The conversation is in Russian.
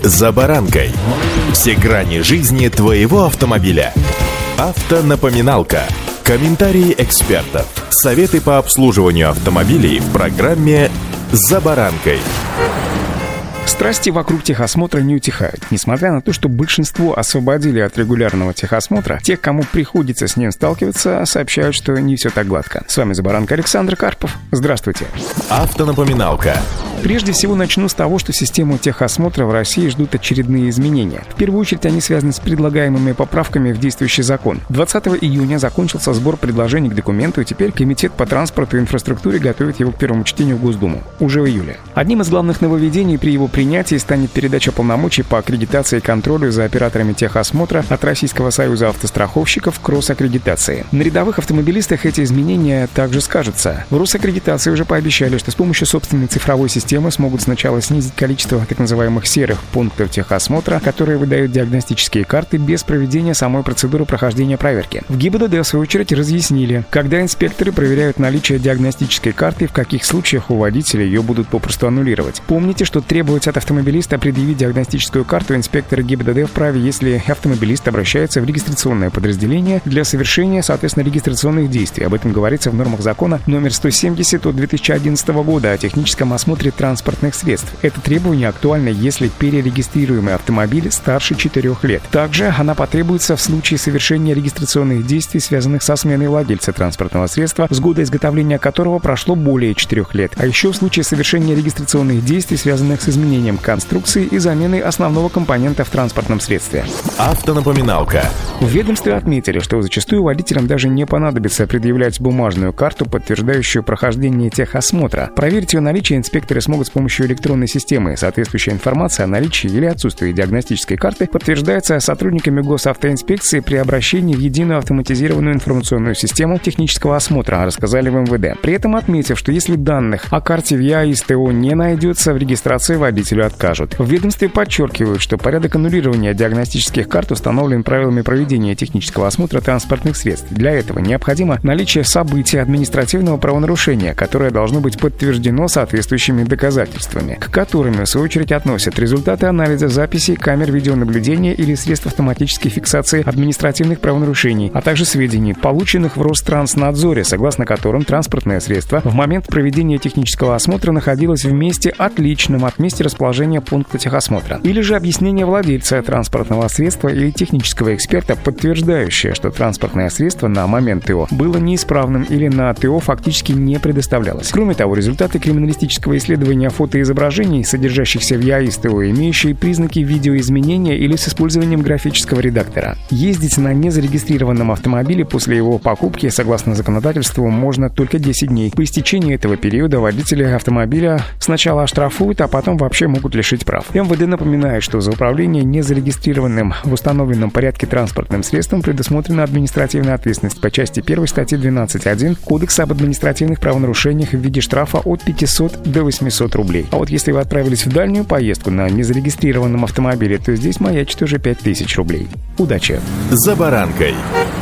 «За баранкой». Все грани жизни твоего автомобиля. Автонапоминалка. Комментарии экспертов. Советы по обслуживанию автомобилей в программе «За баранкой». Страсти вокруг техосмотра не утихают. Несмотря на то, что большинство освободили от регулярного техосмотра, тех, кому приходится с ним сталкиваться, сообщают, что не все так гладко. С вами «За баранкой» Александр Карпов. Здравствуйте. Автонапоминалка. Прежде всего начну с того, что систему техосмотра в России ждут очередные изменения. В первую очередь они связаны с предлагаемыми поправками в действующий закон. 20 июня закончился сбор предложений к документу, и теперь Комитет по транспорту и инфраструктуре готовит его к первому чтению в Госдуму. Уже в июле. Одним из главных нововведений при его принятии станет передача полномочий по аккредитации и контролю за операторами техосмотра от Российского союза автостраховщиков к Росаккредитации. На рядовых автомобилистах эти изменения также скажутся. В Росаккредитации уже пообещали, что с помощью собственной цифровой системы смогут сначала снизить количество так называемых серых пунктов техосмотра, которые выдают диагностические карты без проведения самой процедуры прохождения проверки. В ГИБДД, в свою очередь, разъяснили, когда инспекторы проверяют наличие диагностической карты и в каких случаях у водителя ее будут попросту аннулировать. Помните, что требовать от автомобилиста предъявить диагностическую карту инспекторы ГИБДД вправе, если автомобилист обращается в регистрационное подразделение для совершения, соответственно, регистрационных действий. Об этом говорится в нормах закона номер 170 от 2011 года о техническом осмотре транспортных средств. Это требование актуально, если перерегистрируемый автомобиль старше 4 лет. Также она потребуется в случае совершения регистрационных действий, связанных со сменой владельца транспортного средства, с года изготовления которого прошло более 4 лет. А еще в случае совершения регистрационных действий, связанных с изменением конструкции и заменой основного компонента в транспортном средстве. Автонапоминалка. В ведомстве отметили, что зачастую водителям даже не понадобится предъявлять бумажную карту, подтверждающую прохождение техосмотра. Проверить ее наличие инспекторы смогут с помощью электронной системы. Соответствующая информация о наличии или отсутствии диагностической карты подтверждается сотрудниками госавтоинспекции при обращении в единую автоматизированную информационную систему технического осмотра, рассказали в МВД. При этом отметив, что если данных о карте в ЕАИС ТО не найдется, в регистрации водителю откажут. В ведомстве подчеркивают, что порядок аннулирования диагностических карт установлен правилами проведения технического осмотра транспортных средств. Для этого необходимо наличие события административного правонарушения, которое должно быть подтверждено соответствующими доказательствами, к которым, в свою очередь, относят результаты анализа записей камер видеонаблюдения или средств автоматической фиксации административных правонарушений, а также сведений, полученных в Ространснадзоре, согласно которым транспортное средство в момент проведения технического осмотра находилось в месте, отличном от места расположения пункта техосмотра. Или же объяснение владельца транспортного средства или технического эксперта, подтверждающее, что транспортное средство на момент ТО было неисправным или на ТО фактически не предоставлялось. Кроме того, результаты криминалистического исследования фотоизображений, содержащихся в ЕАИС ТО, имеющие признаки видеоизменения или с использованием графического редактора. Ездить на незарегистрированном автомобиле после его покупки, согласно законодательству, можно только 10 дней. По истечении этого периода водители автомобиля сначала оштрафуют, а потом вообще могут лишить прав. МВД напоминает, что за управление незарегистрированным в установленном порядке транспортным средством предусмотрена административная ответственность по части 1 статьи 12.1 Кодекса об административных правонарушениях в виде штрафа от 500 до 800 рублей. А вот если вы отправились в дальнюю поездку на незарегистрированном автомобиле, то здесь маячит уже 5000 рублей. Удачи! За баранкой.